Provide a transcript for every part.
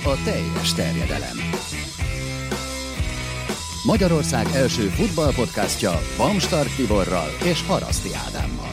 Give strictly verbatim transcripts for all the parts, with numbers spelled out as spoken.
a teljes terjedelem. Magyarország első futballpodcastja Bamstart Tiborral és Haraszti Ádámmal.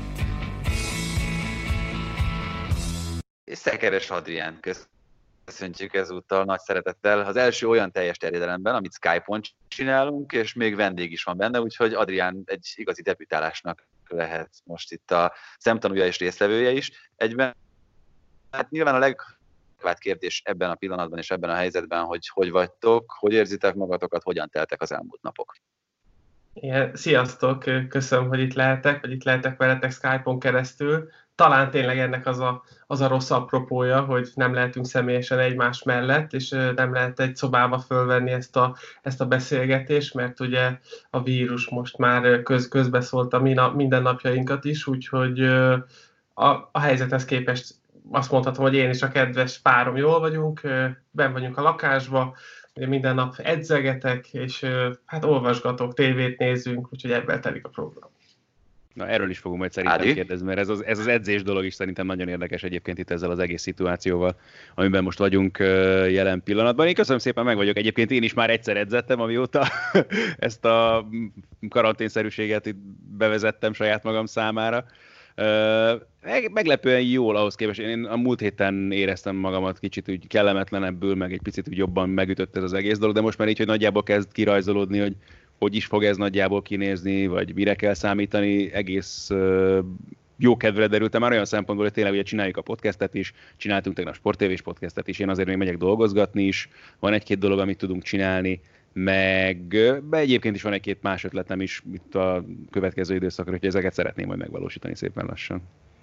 És Szekeres Adrián köszöntjük ezúttal nagy szeretettel az első olyan teljes terjedelemben, amit Skype-on csinálunk, és még vendég is van benne, úgyhogy Adrián egy igazi debütálásnak lehet most itt a szemtanúja és résztvevője is. Egyben hát nyilván a legvált kérdés ebben a pillanatban és ebben a helyzetben, hogy hogy vagytok, hogy érzitek magatokat, hogyan teltek az elmúlt napok. Igen, sziasztok, köszönöm, hogy itt lehetek, vagy itt lehetek veletek Skype-on keresztül. Talán tényleg ennek az a, az a rossz apropója, hogy nem lehetünk személyesen egymás mellett, és nem lehet egy szobába fölvenni ezt a, ezt a beszélgetést, mert ugye a vírus most már köz, közbeszólt a mindennapjainkat is, úgyhogy a, a helyzethez képest azt mondhatom, hogy én és a kedves párom jól vagyunk, benn vagyunk a lakásba, ugye minden nap edzegetek, és hát olvasgatok, tévét nézünk, úgyhogy ebben telik a program. Na, erről is fogunk majd szerintem Ádi? kérdezni, mert ez az, ez az edzés dolog is szerintem nagyon érdekes egyébként itt ezzel az egész szituációval, amiben most vagyunk jelen pillanatban. Én köszönöm szépen, meg vagyok. Egyébként én is már egyszer edzettem, amióta ezt a karanténszerűséget itt bevezettem saját magam számára. Meg, meglepően jól ahhoz képest. Én a múlt héten éreztem magamat kicsit úgy kellemetlenebbül, meg egy picit úgy jobban megütött ez az egész dolog, de most már így, hogy nagyjából kezd kirajzolódni, hogy hogy is fog ez nagyjából kinézni, vagy mire kell számítani, egész uh, jó kedvre derültem már olyan szempontból, hogy tényleg ugye csináljuk a podcastet is, csináltunk tegnap Sport té vés podcastet is, én azért még megyek dolgozgatni is, van egy-két dolog, amit tudunk csinálni, meg be egyébként is van egy-két más ötletem is itt a következő időszakra, hogy ezeket szeretném majd megvalósítani szépen lassan.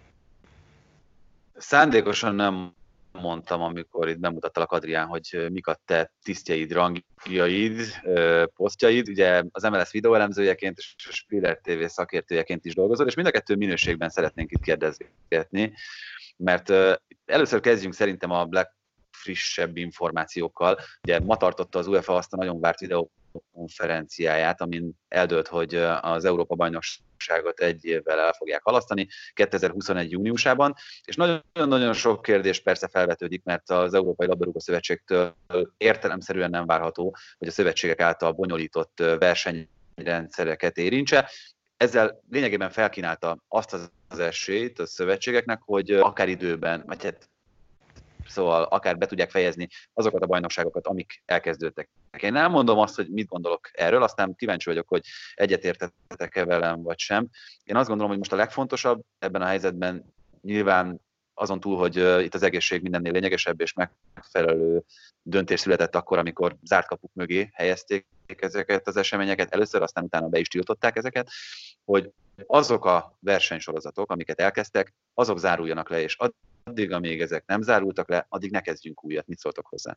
Szándékosan nem mondtam, amikor itt bemutattalak, Adrián, hogy mik a te tisztjeid, rangjaid, posztjaid. Ugye az em el es videóelemzőjeként és a Spiller té vé szakértőjeként is dolgozol, és mind a kettő minőségben szeretnénk itt kérdezgetni, mert először kezdjünk szerintem a legfrissebb információkkal. Ugye ma tartotta az UEFA azt a nagyon várt videókonferenciáját, amin eldőlt, hogy az Európa-bajnokságot egy évvel el fogják halasztani, kétezer-huszonegy júniusában, és nagyon-nagyon sok kérdés persze felvetődik, mert az Európai Labdarúgó Szövetségtől értelemszerűen nem várható, hogy a szövetségek által bonyolított versenyrendszereket érintse. Ezzel lényegében felkínálta azt az esélyt a szövetségeknek, hogy akár időben, vagy hát szóval akár be tudják fejezni azokat a bajnokságokat, amik elkezdődtek. Én nem mondom azt, hogy mit gondolok erről, aztán kíváncsi vagyok, hogy egyetértettek-e velem, vagy sem. Én azt gondolom, hogy most a legfontosabb ebben a helyzetben nyilván azon túl, hogy itt az egészség mindennél lényegesebb és megfelelő döntés született akkor, amikor zárt kapuk mögé helyezték ezeket az eseményeket először, aztán utána be is tiltották ezeket, hogy azok a versenysorozatok, amiket elkezdtek, azok záruljanak le, és addig, amíg ezek nem zárultak le, addig ne kezdjünk újat. Mit szóltok hozzá?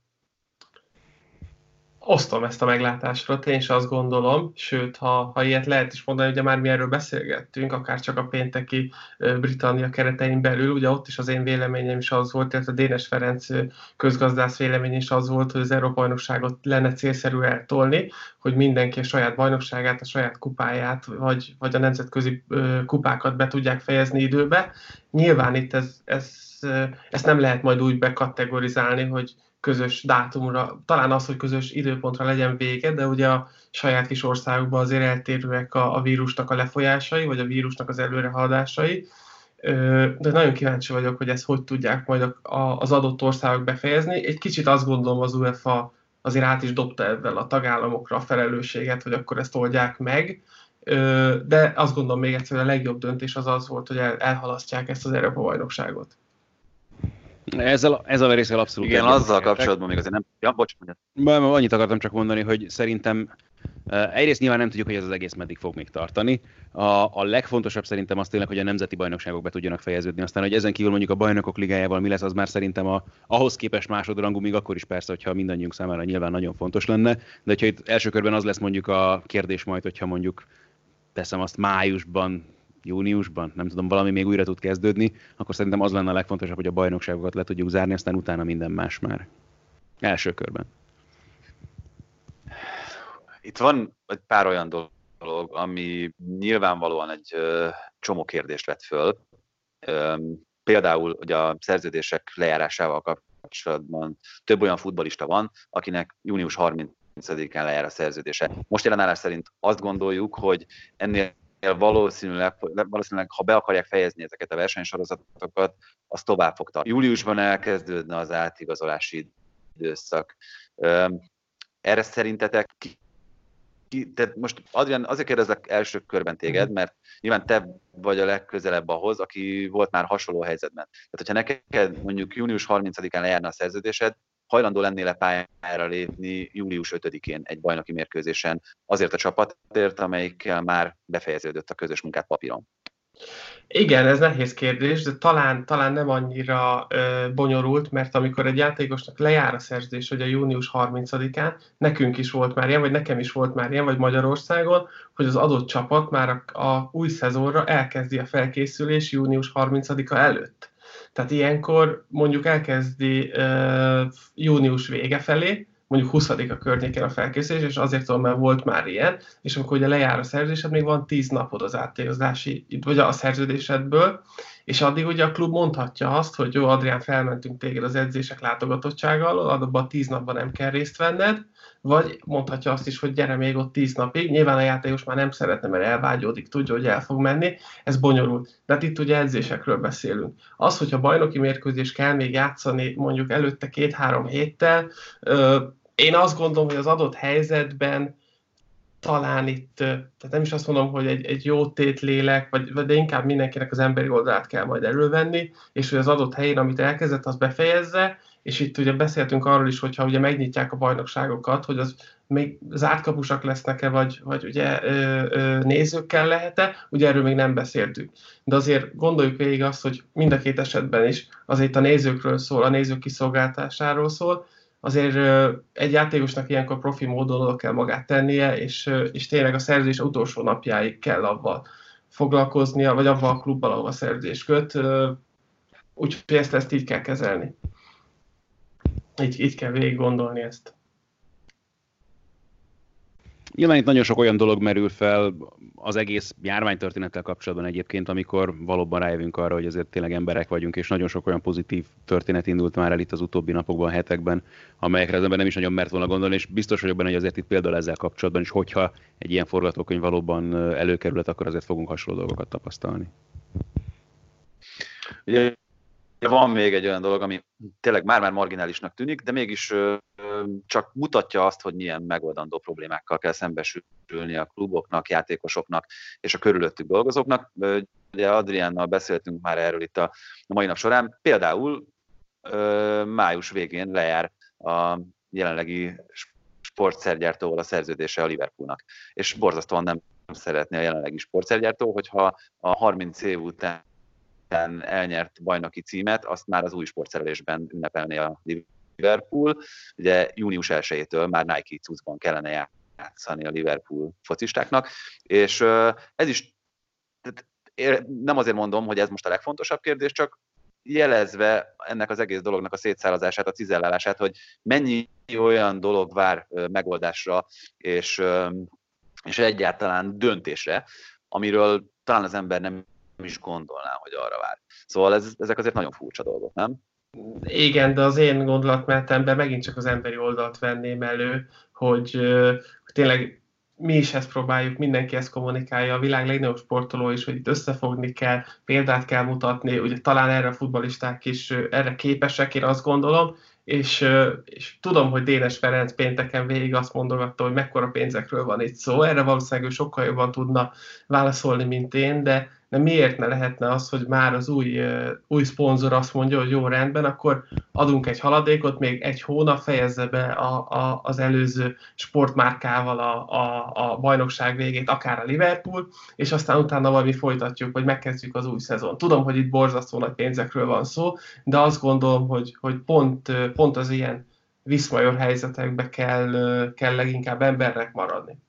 Osztom ezt a meglátásra, én is azt gondolom, sőt, ha, ha ilyet lehet is mondani, ugye már mi erről beszélgettünk, akár csak a pénteki Britannia keretein belül, ugye ott is az én véleményem is az volt, illetve a Dénes Ferenc közgazdász vélemény is az volt, hogy az Európa-bajnokságot lenne célszerű eltolni, hogy mindenki a saját bajnokságát, a saját kupáját, vagy, vagy a nemzetközi kupákat be tudják fejezni időbe. Nyilván itt ez, ez, ezt nem lehet majd úgy bekategorizálni, hogy közös dátumra, talán az, hogy közös időpontra legyen vége, de ugye a saját kis országokban azért eltérőek a, a vírusnak a lefolyásai, vagy a vírusnak az előrehaladásai. De nagyon kíváncsi vagyok, hogy ezt hogy tudják majd az adott országok befejezni. Egy kicsit azt gondolom, az UEFA azért át is dobta ebben a tagállamokra a felelősséget, hogy akkor ezt oldják meg. De azt gondolom még egyszer, hogy a legjobb döntés az az volt, hogy elhalasztják ezt az Európa-bajnokságot. Ezzel, ezzel a részvel abszolút. Igen, azzal kapcsolatban még azért nem... Ja, bocs, mondjad. Annyit akartam csak mondani, hogy szerintem egyrészt nyilván nem tudjuk, hogy ez az egész meddig fog még tartani. A, a legfontosabb szerintem az tényleg, hogy a nemzeti bajnokságok be tudjanak fejeződni. Aztán, hogy ezen kívül mondjuk a bajnokok ligájával mi lesz, az már szerintem a, ahhoz képest másodrangú, még akkor is persze, hogyha mindannyiunk számára nyilván nagyon fontos lenne. De hogyha itt első körben az lesz mondjuk a kérdés majd, hogyha mondjuk teszem azt májusban, júniusban, nem tudom, valami még újra tud kezdődni, akkor szerintem az lenne a legfontosabb, hogy a bajnokságokat le tudjuk zárni, aztán utána minden más már. Első körben. Itt van egy pár olyan dolog, ami nyilvánvalóan egy ö, csomó kérdést vett föl. Ö, például, hogy a szerződések lejárásával kapcsolatban több olyan futballista van, akinek június harmincadikán lejár a szerződése. Most jelenállás szerint azt gondoljuk, hogy ennél valószínűleg, valószínűleg, ha be akarják fejezni ezeket a versenysorozatokat, az tovább fog tartani. Júliusban elkezdődne az átigazolási időszak. Erre szerintetek ki, ki, tehát most Adrián, azért kérdezlek első körben téged, mert nyilván te vagy a legközelebb ahhoz, aki volt már hasonló helyzetben. Tehát, hogyha neked mondjuk június harmincadikán lejárna a szerződésed, hajlandó lennél-e pályára lépni július ötödikén egy bajnoki mérkőzésen azért a csapatért, amelyikkel már befejeződött a közös munkát papíron? Igen, ez nehéz kérdés, de talán, talán nem annyira ö, bonyolult, mert amikor egy játékosnak lejár a szerződés, hogy a június harmincadikán, nekünk is volt már ilyen, vagy nekem is volt már ilyen, vagy Magyarországon, hogy az adott csapat már a, a új szezonra elkezdi a felkészülés június harmincadika előtt. Tehát ilyenkor mondjuk elkezdi uh, június vége felé, mondjuk huszadika környékén a felkészülés, és azért tudom, mert volt már ilyen, és amikor ugye lejár a szerződésed, még van tíz napod az átigazolási, vagy a szerződésedből, és addig ugye a klub mondhatja azt, hogy jó, Adrián, felmentünk téged az edzések látogatottsággal, abban a tíz napban nem kell részt venned, vagy mondhatja azt is, hogy gyere még ott tíz napig. Nyilván a játékos már nem szeretne, mert elvágyódik, tudja, hogy el fog menni, ez bonyolult. De hát itt ugye edzésekről beszélünk. Az, hogyha bajnoki mérkőzés kell még játszani mondjuk előtte két-három héttel, én azt gondolom, hogy az adott helyzetben talán itt, tehát nem is azt mondom, hogy egy, egy jó tétlélek, vagy, de inkább mindenkinek az emberi oldalát kell majd elővenni, és hogy az adott helyén, amit elkezdett, az befejezze, és itt ugye beszéltünk arról is, hogyha ugye megnyitják a bajnokságokat, hogy az még zárt kapusak lesznek-e, vagy, vagy ugye ö, ö, nézőkkel lehet-e, ugye erről még nem beszéltünk. De azért gondoljuk végig azt, hogy mind a két esetben is azért a nézőkről szól, a nézők kiszolgáltásáról szól, azért ö, egy játékosnak ilyenkor profi módon oda kell magát tennie, és, ö, és tényleg a szerződés utolsó napjáig kell avval foglalkoznia, vagy avval a klubbal, ahol a szerződés köt, úgyhogy ezt, ezt így kell kezelni. Így, így kell végig gondolni ezt. Nyilván itt nagyon sok olyan dolog merül fel az egész járványtörténettel kapcsolatban egyébként, amikor valóban rájövünk arra, hogy azért tényleg emberek vagyunk, és nagyon sok olyan pozitív történet indult már el itt az utóbbi napokban, hetekben, amelyekre az ember nem is nagyon mert volna gondolni, és biztos vagyok benne, hogy azért itt például ezzel kapcsolatban is, hogyha egy ilyen forgatókönyv valóban előkerült, akkor azért fogunk hasonló dolgokat tapasztalni. Ugye van még egy olyan dolog, ami tényleg már-már marginálisnak tűnik, de mégis ö, csak mutatja azt, hogy milyen megoldandó problémákkal kell szembesülni a kluboknak, játékosoknak és a körülöttük dolgozóknak. Ugye Adriánnal beszéltünk már erről itt a, a mai nap során. Például ö, május végén lejár a jelenlegi sportszergyártóval a szerződése a Liverpoolnak. És borzasztóan nem szeretné a jelenlegi sportszergyártó, hogyha a harminc év után elnyert bajnoki címet, azt már az új sportszerelésben ünnepelné a Liverpool. Ugye június elsejétől már Nike cuccban kellene játszani a Liverpool focistáknak, és ez is, nem azért mondom, hogy ez most a legfontosabb kérdés, csak jelezve ennek az egész dolognak a szétszálazását, a cizellálását, hogy mennyi olyan dolog vár megoldásra, és, és egyáltalán döntésre, amiről talán az ember nem is gondolná, hogy arra vár. Szóval ez, ezek azért nagyon furcsa dolgok, nem? Igen, de az én gondolatmenetemben megint csak az emberi oldalt venném elő, hogy, hogy tényleg mi is ezt próbáljuk, mindenki ezt kommunikálja, a világ legnagyobb sportoló is, hogy itt összefogni kell, példát kell mutatni, ugye talán erre a futballisták is erre képesek, én azt gondolom, és, és tudom, hogy Dénes Ferenc pénteken végig azt mondogatta, hogy mekkora pénzekről van itt szó, erre valószínűleg ő sokkal jobban tudna válaszolni, mint én, de de miért ne lehetne az, hogy már az új, uh, új szponzor azt mondja, hogy jó, rendben, akkor adunk egy haladékot, még egy hónap fejezze be a, a, az előző sportmárkával a, a, a bajnokság végét, akár a Liverpool, és aztán utána valami folytatjuk, vagy megkezdjük az új szezon. Tudom, hogy itt borzasztó nagy pénzekről van szó, de azt gondolom, hogy, hogy pont, pont az ilyen viszmajor helyzetekbe kell, kell leginkább embernek maradni.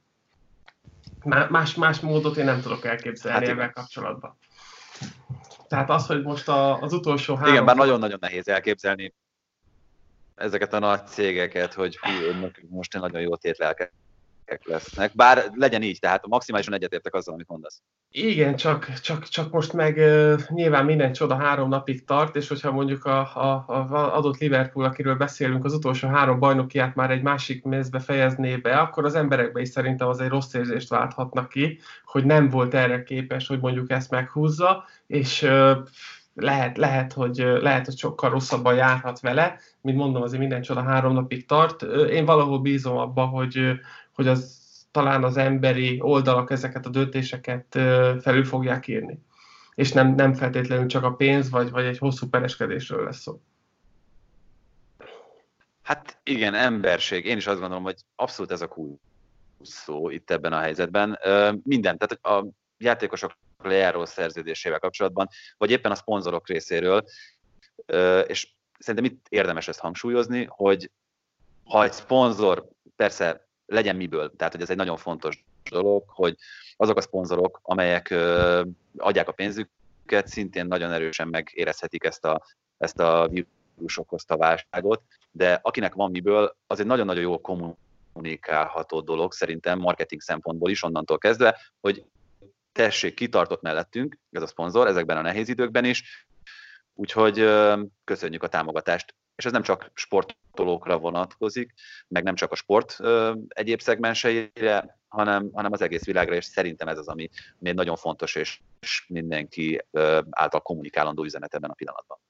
Más, más módot én nem tudok elképzelni hát ebben kapcsolatban. Tehát az, hogy most a, az utolsó három... Igen, bár nagyon-nagyon nehéz elképzelni ezeket a nagy cégeket, hogy hú, most nagyon jó tétlelket lesznek, bár legyen így, tehát maximálisan egyetértek azzal, amit mondasz. Igen, csak, csak, csak most meg uh, nyilván minden csoda három napig tart, és hogyha mondjuk a, a, a adott Liverpool, akiről beszélünk, az utolsó három bajnokiát már egy másik mézbe fejezné be, akkor az emberekbe is szerintem az egy rossz érzést válthatnak ki, hogy nem volt erre képes, hogy mondjuk ezt meghúzza, és uh, lehet, lehet, hogy, lehet, hogy sokkal rosszabban járhat vele, mint mondom, azért minden csoda három napig tart. Én valahol bízom abba, hogy, hogy az talán az emberi oldalak ezeket a döntéseket felül fogják írni. És nem, nem feltétlenül csak a pénz, vagy, vagy egy hosszú pereskedésről lesz szó. Hát igen, emberség. Én is azt gondolom, hogy abszolút ez a kulcs szó itt ebben a helyzetben. Minden, tehát a játékosok lejáró szerződésével kapcsolatban, vagy éppen a szponzorok részéről, és szerintem itt érdemes ezt hangsúlyozni, hogy ha egy szponzor, persze legyen miből, tehát hogy ez egy nagyon fontos dolog, hogy azok a szponzorok, amelyek adják a pénzüket, szintén nagyon erősen megérezhetik ezt a, ezt a vírus okozta válságot, de akinek van miből, az egy nagyon-nagyon jól kommunikálható dolog, szerintem marketing szempontból is onnantól kezdve, hogy tessék, kitartott mellettünk, ez a szponzor, ezekben a nehéz időkben is, úgyhogy köszönjük a támogatást. És ez nem csak sportolókra vonatkozik, meg nem csak a sport egyéb szegmenseire, hanem, hanem az egész világra, és szerintem ez az, ami még nagyon fontos, és, és mindenki által kommunikálandó üzenet ebben a pillanatban.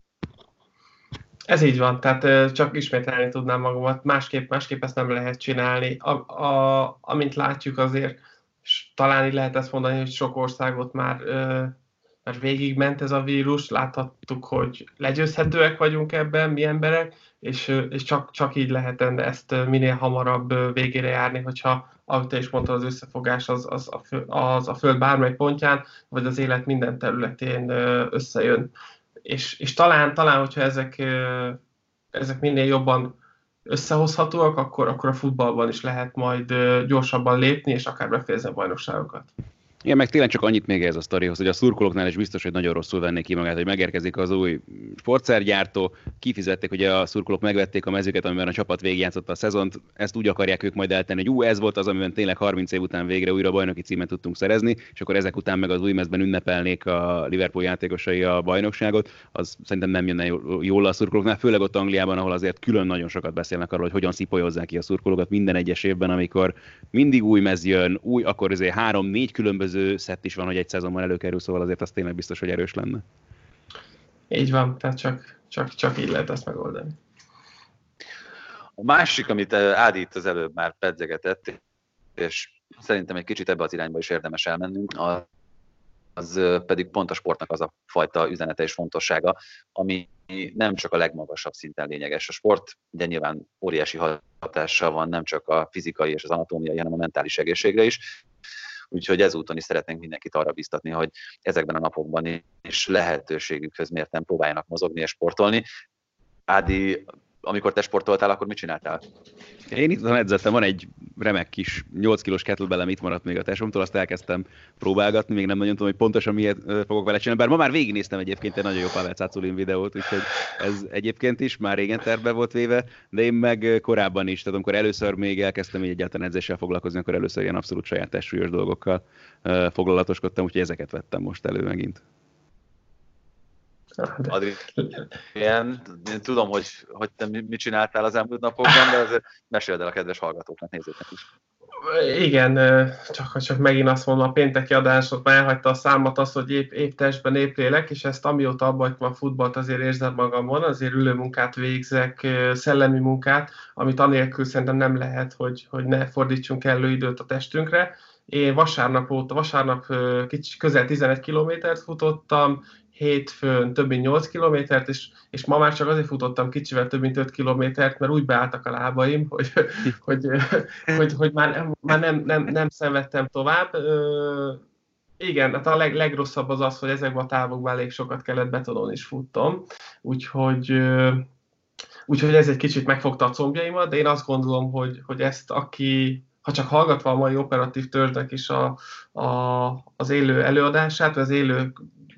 Ez így van, tehát csak ismételni tudnám magamat, másképp, másképp ezt nem lehet csinálni. A, a, amint látjuk azért, és talán így lehet ezt mondani, hogy sok országot már, már végigment ez a vírus, láthattuk, hogy legyőzhetőek vagyunk ebben, mi emberek, és, és csak, csak így lehet ezt minél hamarabb végére járni, hogyha, ahogy te is mondtad, az összefogás az, az, a, föld, az a föld bármely pontján, vagy az élet minden területén összejön. És, és talán, talán, hogyha ezek, ezek minél jobban összehozhatóak, akkor, akkor a futballban is lehet majd gyorsabban lépni, és akár befejezni a bajnokságokat. Igen, meg tényleg csak annyit még ez a sztorihoz, hogy a szurkolóknál is biztos, hogy nagyon rosszul vennék ki magát, hogy megérkezik az új sportszergyártó, kifizették, hogy a szurkolók megvették a mezőket, amiben a csapat végigjátszotta a szezont, ezt úgy akarják ők majd eltenni, hogy ú, ez volt az, amiben tényleg harminc év után végre újra bajnoki címet tudtunk szerezni, és akkor ezek után meg az új mezben ünnepelnék a Liverpool játékosai a bajnokságot, az szerintem nem jönne jól a szurkolóknál, főleg ott Angliában, ahol azért külön nagyon sokat beszélnek arról, hogy hogyan szipolyozzák ki a szurkolókat minden egyes évben, amikor mindig új mez jön, új, akkor azért három-négy különböző szett is van, hogy egy szezonban előkerül, szóval azért az tényleg biztos, hogy erős lenne. Így van, tehát csak, csak, csak így lehet ezt megoldani. A másik, amit Ádi itt az előbb már pedzegetett, és szerintem egy kicsit ebbe az irányba is érdemes elmennünk, az pedig pont a sportnak az a fajta üzenete és fontossága, ami nem csak a legmagasabb szinten lényeges. A sport ugye nyilván óriási hatással van nem csak a fizikai és az anatómiai, hanem a mentális egészségre is. Úgyhogy ezúton is szeretnénk mindenkit arra biztatni, hogy ezekben a napokban is lehetőségükhöz mérten próbáljanak mozogni és sportolni. Ádi, amikor te sportoltál, akkor mit csináltál? Én itt edzettem, van egy remek kis nyolc kilós kettlebellem, itt maradt még a tesómtól, azt elkezdtem próbálgatni, még nem nagyon tudom, hogy pontosan miért fogok vele csinálni, bár ma már végignéztem egyébként egy nagyon jó Pavel Caculin videót, úgyhogy ez egyébként is már régen tervbe volt véve, de én meg korábban is, tehát amikor először még elkezdtem így egyáltalán edzéssel foglalkozni, akkor először ilyen abszolút saját testsúlyos dolgokkal foglalatoskodtam, úgyhogy ezeket vettem most elő megint. Adrián, én tudom, hogy, hogy te mit csináltál az elmúlt napokban, de azért meséld el a kedves hallgatóknak, nézőknek is. Igen, csak, csak megint azt mondom, a pénteki adásot már elhagyta a számot az, hogy épp, épp testben, épp lélek, és ezt amióta abba hagytam a futballt, azért érzem magamon, azért ülő munkát végzek, szellemi munkát, amit anélkül szerintem nem lehet, hogy, hogy ne fordítsunk elő időt a testünkre. Én vasárnap óta, vasárnap kicsi, közel tizenegy kilométert futottam, hétfőn több mint nyolc kilométert, és, és ma már csak azért futottam kicsivel több mint öt kilométert, mert úgy beálltak a lábaim, hogy, hogy, hogy, hogy már, már nem, nem, nem szenvedtem tovább. Igen, hát a leg, legrosszabb az az, hogy ezekben a távokban elég sokat kellett betonon is futtom, úgyhogy, úgyhogy ez egy kicsit megfogta a combjaimat, de én azt gondolom, hogy, hogy ezt aki, ha csak hallgatva a mai operatív törzsnek is a, a, az élő előadását, vagy az élő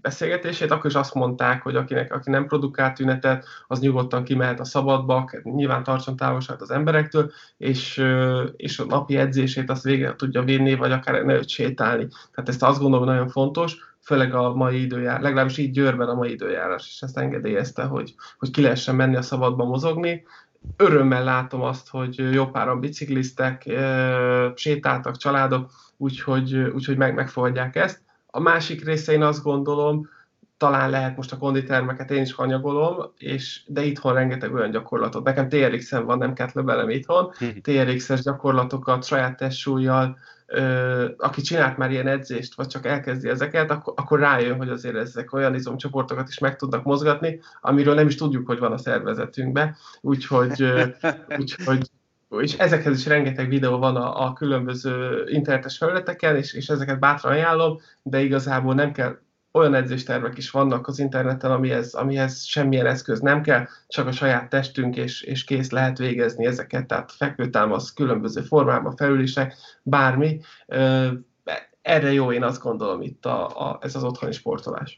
beszélgetését, akkor is azt mondták, hogy akinek, aki nem produkált tünetet, az nyugodtan kimehet a szabadba, nyilván tartson távolságot az emberektől, és, és a napi edzését azt végre tudja vinni, vagy akár ne őt sétálni. Tehát ezt azt gondolom nagyon fontos, főleg a mai időjárás, legalábbis így Győrben a mai időjárás, és ezt engedélyezte, hogy, hogy ki lehessen menni a szabadba mozogni. Örömmel látom azt, hogy jó páran bicikliztek, sétáltak családok, úgyhogy, úgyhogy meg, megfogadják ezt. A másik része én azt gondolom, talán lehet most a konditermeket én is hanyagolom, és, de itthon rengeteg olyan gyakorlatot. Nekem té er iksz-en van, nem kellett lebelem itthon. té er iksz-es gyakorlatokat saját testsúllyal, aki csinált már ilyen edzést, vagy csak elkezdi ezeket, akkor, akkor rájön, hogy azért ezek olyan izomcsoportokat is meg tudnak mozgatni, amiről nem is tudjuk, hogy van a szervezetünkben. Úgyhogy, úgyhogy és ezekhez is rengeteg videó van a, a különböző internetes felületeken, és, és ezeket bátran ajánlom, de igazából nem kell, olyan edzéstervek is vannak az interneten, amihez, amihez semmilyen eszköz nem kell, csak a saját testünk, és, és kész, lehet végezni ezeket, tehát fekvőtámasz, különböző formában, felülések, bármi. Erre jó, én azt gondolom itt a, a, ez az otthoni sportolás.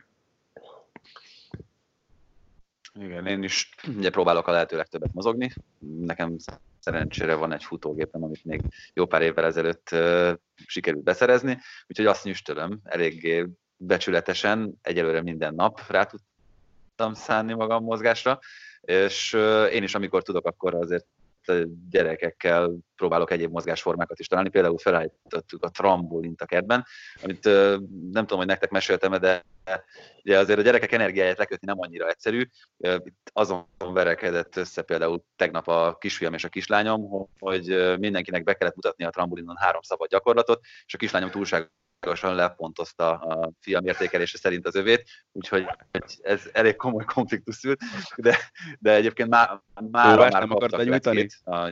Igen, én is ugye próbálok a lehető legtöbbet mozogni. Nekem szerencsére van egy futógépem, amit még jó pár évvel ezelőtt uh, sikerült beszerezni, úgyhogy azt nyüstölöm eléggé becsületesen, egyelőre minden nap rá tudtam szánni magam mozgásra, és uh, én is amikor tudok, akkor azért gyerekekkel próbálok egyéb mozgásformákat is találni. Például felállítottuk a trambolint a kertben, amit nem tudom, hogy nektek meséltem, de ugye azért a gyerekek energiáját lekötni nem annyira egyszerű. Itt azon verekedett össze például tegnap a kisfiam és a kislányom, hogy mindenkinek be kellett mutatni a trambolinon három szabad gyakorlatot, és a kislányom túlságosan lepontozta a fiam értékelése szerint az övét, úgyhogy ez elég komoly konfliktus szült, de, de egyébként má, már már nem akart benyújtani? A...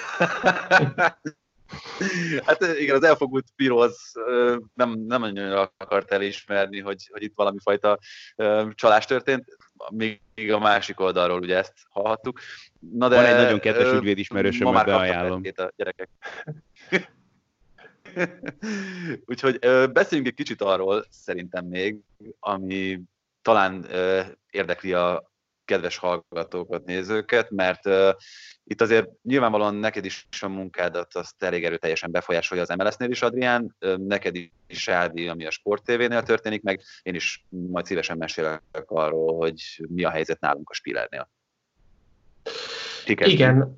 Hát igen, az elfogult piroz nem, nem annyira akart elismerni, hogy, hogy itt valami fajta csalás történt, még a másik oldalról ugye ezt hallhattuk. Na de, van egy nagyon kedves ügyvéd ismerősöm, hogy beajánlom. A gyerekek. Úgyhogy beszéljünk egy kicsit arról szerintem még, ami talán érdekli a kedves hallgatókat, nézőket, mert itt azért nyilvánvalóan neked is a munkádat azt elég erőteljesen befolyásolja az em el es-nél is, Adrián, neked is, Ádi, ami a Sport té vé-nél történik, meg én is majd szívesen mesélek arról, hogy mi a helyzet nálunk a Spillernél. Igen.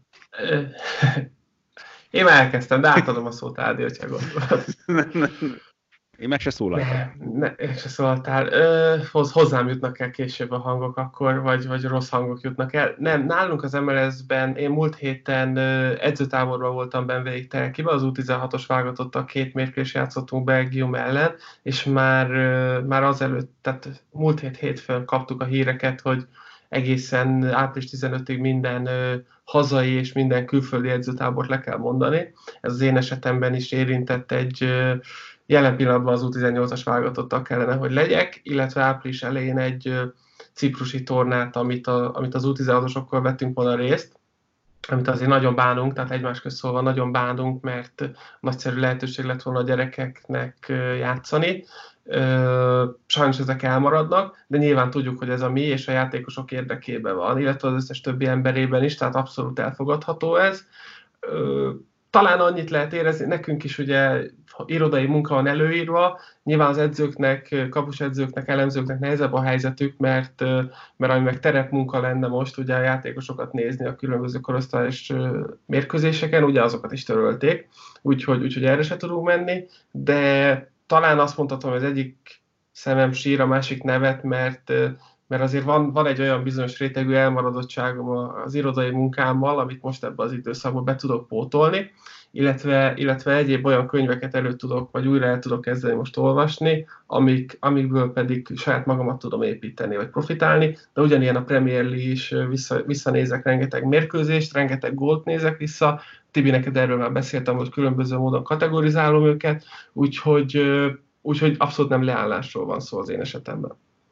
Én már elkezdtem, de átadom a szót, Ádi, hogyha gondolod. Én meg se szólaltam. Ne, ne, se szólaltál. Ö, hoz, hozzám jutnak el később a hangok akkor, vagy, vagy rossz hangok jutnak el. Nem, nálunk az em el es-ben én múlt héten ö, edzőtáborban voltam benn végig Telkiben, az U tizenhatos válogatottal két mérkőzést játszottunk Belgium ellen, és már, ö, már azelőtt, tehát múlt hét hétfőn kaptuk a híreket, hogy egészen április tizenötödikéig minden ö, hazai és minden külföldi edzőtábort le kell mondani. Ez az én esetemben is érintett egy ö, jelen pillanatban az U tizennyolcas válogatottal kellene, hogy legyek, illetve április elején egy ö, ciprusi tornát, amit, a, amit az U tizenhatosokkal vettünk volna részt, amit azért nagyon bánunk, tehát egymás közt szólva nagyon bánunk, mert nagyszerű lehetőség lett volna a gyerekeknek ö, játszani. Ö, sajnos ezek elmaradnak, de nyilván tudjuk, hogy ez a mi és a játékosok érdekében van, illetve az összes többi emberében is, tehát abszolút elfogadható ez. Ö, talán annyit lehet érezni, nekünk is ugye irodai munka van előírva, nyilván az edzőknek, kapusedzőknek, elemzőknek nehezebb a helyzetük, mert, mert ami meg terepmunka lenne most, ugye a játékosokat nézni a különböző korosztályos mérkőzéseken, ugye azokat is törölték, úgyhogy, úgyhogy erre se tudunk menni, de talán azt mondhatom, hogy az egyik szemem sír, a másik nevet, mert, mert azért van, van egy olyan bizonyos rétegű elmaradottságom az irodai munkámmal, amit most ebben az időszakban be tudok pótolni, illetve, illetve egyéb olyan könyveket elő tudok, vagy újra el tudok kezdeni most olvasni, amik, amikből pedig saját magamat tudom építeni, vagy profitálni, de ugyanilyen a Premier League is vissza, visszanézek rengeteg mérkőzést, rengeteg gólt nézek vissza, Tibi, neked erről már beszéltem, hogy különböző módon kategorizálom őket, úgyhogy, úgyhogy abszolút nem leállásról van szó az én esetemben.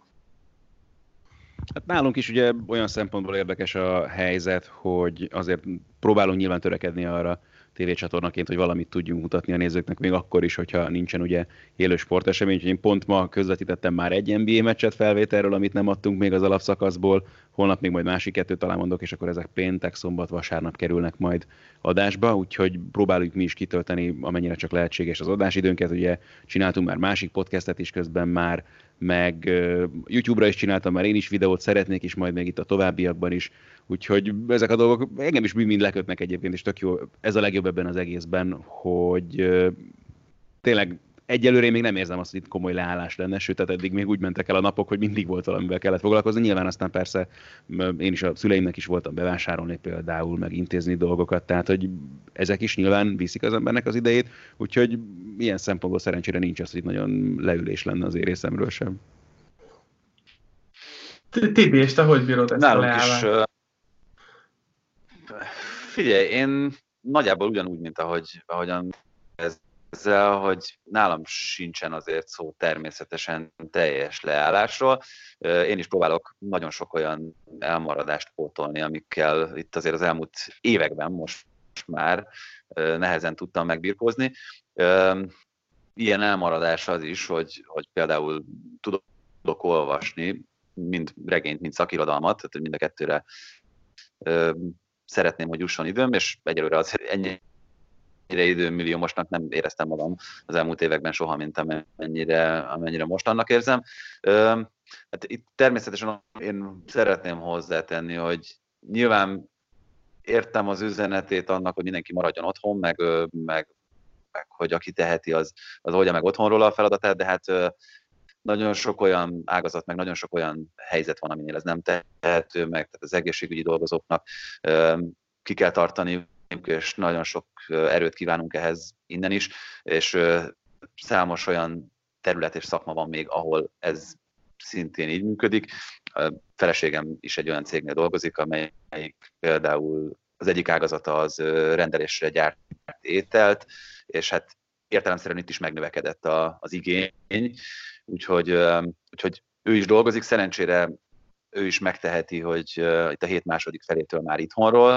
Hát nálunk is ugye olyan szempontból érdekes a helyzet, hogy azért próbálunk nyilván törekedni arra, tévécsatornaként, hogy valamit tudjunk mutatni a nézőknek, még akkor is, hogyha nincsen ugye élő sportesemény. Úgyhogy én pont ma közvetítettem már egy en bé á meccset felvételről, amit nem adtunk még az alapszakaszból, holnap még majd másik kettőt talán mondok, és akkor ezek péntek, szombat, vasárnap kerülnek majd adásba, úgyhogy próbáljuk mi is kitölteni, amennyire csak lehetséges az adásidőnket. Ugye csináltunk már másik podcastet is közben már, meg YouTube-ra is csináltam már én is videót, szeretnék is majd még itt a továbbiakban is, úgyhogy ezek a dolgok engem is mind lekötnek egyébként, és tök jó, ez a legjobb ebben az egészben, hogy tényleg egyelőre én még nem érzem azt, hogy itt komoly leállás lenne, sőt, tehát eddig még úgy mentek el a napok, hogy mindig volt valamivel kellett foglalkozni. Nyilván aztán persze én is a szüleimnek is voltam bevásárolni például, meg intézni dolgokat, tehát hogy ezek is nyilván viszik az embernek az idejét, úgyhogy ilyen szempontból szerencsére nincs az, hogy itt nagyon leülés lenne az én részemről sem. Tibi, és te hogy bírod ezt a leállást? Is, uh, figyelj, én nagyjából ugyanúgy, mint ahogy, ahogyan ez ezzel, hogy nálam sincsen azért szó természetesen teljes leállásról. Én is próbálok nagyon sok olyan elmaradást pótolni, amikkel itt azért az elmúlt években most már nehezen tudtam megbirkózni. Ilyen elmaradás az is, hogy, hogy például tudok olvasni mind regényt, mind szakirodalmat, tehát mind a kettőre szeretném, hogy jusson időm, és egyelőre azért ennyi időmilliómosnak nem éreztem magam az elmúlt években soha, mint amennyire, amennyire most annak érzem. Hát itt természetesen én szeretném hozzátenni, hogy nyilván értem az üzenetét annak, hogy mindenki maradjon otthon, meg, meg, meg hogy aki teheti, az, az oldja meg otthonról a feladatát, de hát nagyon sok olyan ágazat, meg nagyon sok olyan helyzet van, aminél ez nem tehető, meg tehát az egészségügyi dolgozóknak ki kell tartani, és nagyon sok erőt kívánunk ehhez innen is, és számos olyan terület és szakma van még, ahol ez szintén így működik. A feleségem is egy olyan cégnél dolgozik, amelyik például az egyik ágazata az rendelésre gyárt ételt, és hát értelemszerűen itt is megnövekedett a, az igény, úgyhogy, úgyhogy ő is dolgozik, szerencsére ő is megteheti, hogy itt a hét második felétől már itthonról,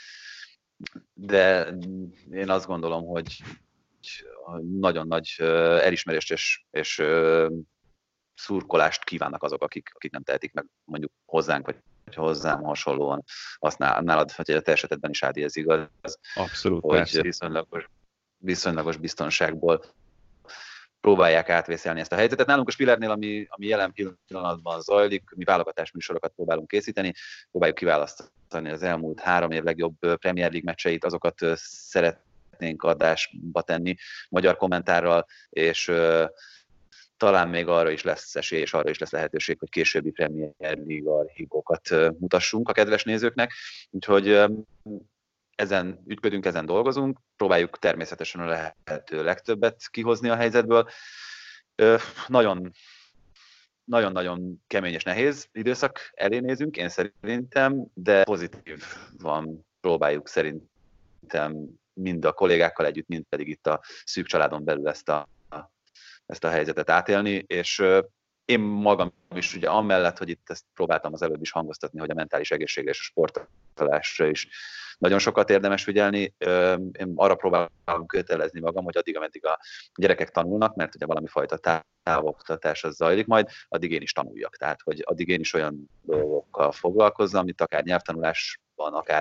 de én azt gondolom, hogy nagyon nagy elismerést és, és szurkolást kívánnak azok, akik, akik nem tehetik meg mondjuk hozzánk, vagy hozzám hasonlóan. Azt nálad, hogy a te esetedben is, Ádi, ez igaz. Abszolút, hogy persze. Viszonylagos, viszonylagos biztonságból próbálják átvészelni ezt a helyzetet. Nálunk a Spillernél, ami, ami jelen pillanatban zajlik, mi válogatásműsorokat próbálunk készíteni, próbáljuk kiválasztani az elmúlt három év legjobb Premier League meccseit, azokat szeretnénk adásba tenni magyar kommentárral, és uh, talán még arra is lesz esély, és arra is lesz lehetőség, hogy későbbi Premier League archívokat uh, mutassunk a kedves nézőknek. Úgyhogy um, ezen ügyködünk, ezen dolgozunk, próbáljuk természetesen a lehető legtöbbet kihozni a helyzetből. Nagyon, nagyon-nagyon kemény és nehéz időszak elé nézünk, én szerintem, de pozitív van, próbáljuk szerintem mind a kollégákkal együtt, mind pedig itt a szűk családon belül ezt a, ezt a helyzetet átélni, és én magam is ugye amellett, hogy itt ezt próbáltam az előbb is hangoztatni, hogy a mentális egészségre és a sportolásra is nagyon sokat érdemes figyelni. Én arra próbálom kötelezni magam, hogy addig, ameddig a gyerekek tanulnak, mert ugye valami fajta távoktatás az zajlik majd, addig én is tanuljak. Tehát, hogy addig én is olyan dolgokkal foglalkozzam, amit akár nyelvtanulásban, akár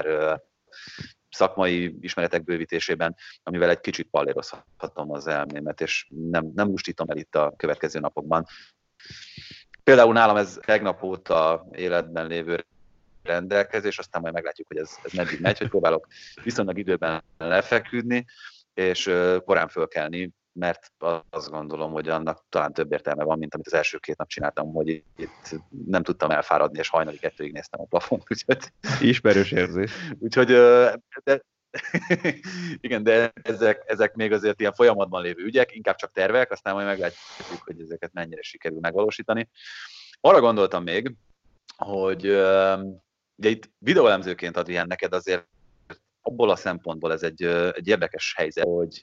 szakmai ismeretek bővítésében, amivel egy kicsit pallérozhatom az elmémet, és nem, nem lustítom el itt a következő napokban. Például nálam ez tegnap óta életben lévő rendelkezés, aztán majd meglátjuk, hogy ez, ez meddig megy, hogy próbálok viszonylag időben lefeküdni, és korán fölkelni, mert azt gondolom, hogy annak talán több értelme van, mint amit az első két nap csináltam, hogy itt nem tudtam elfáradni, és hajnali kettőig néztem a plafont. Úgyhogy... Ismerős érzés. Úgyhogy de, igen, de ezek, ezek még azért ilyen folyamatban lévő ügyek, inkább csak tervek, aztán majd meglátjuk, hogy ezeket mennyire sikerül megvalósítani. Arra gondoltam még, hogy ugye itt videóelemzőként, Adrián, neked azért abból a szempontból ez egy, egy érdekes helyzet, hogy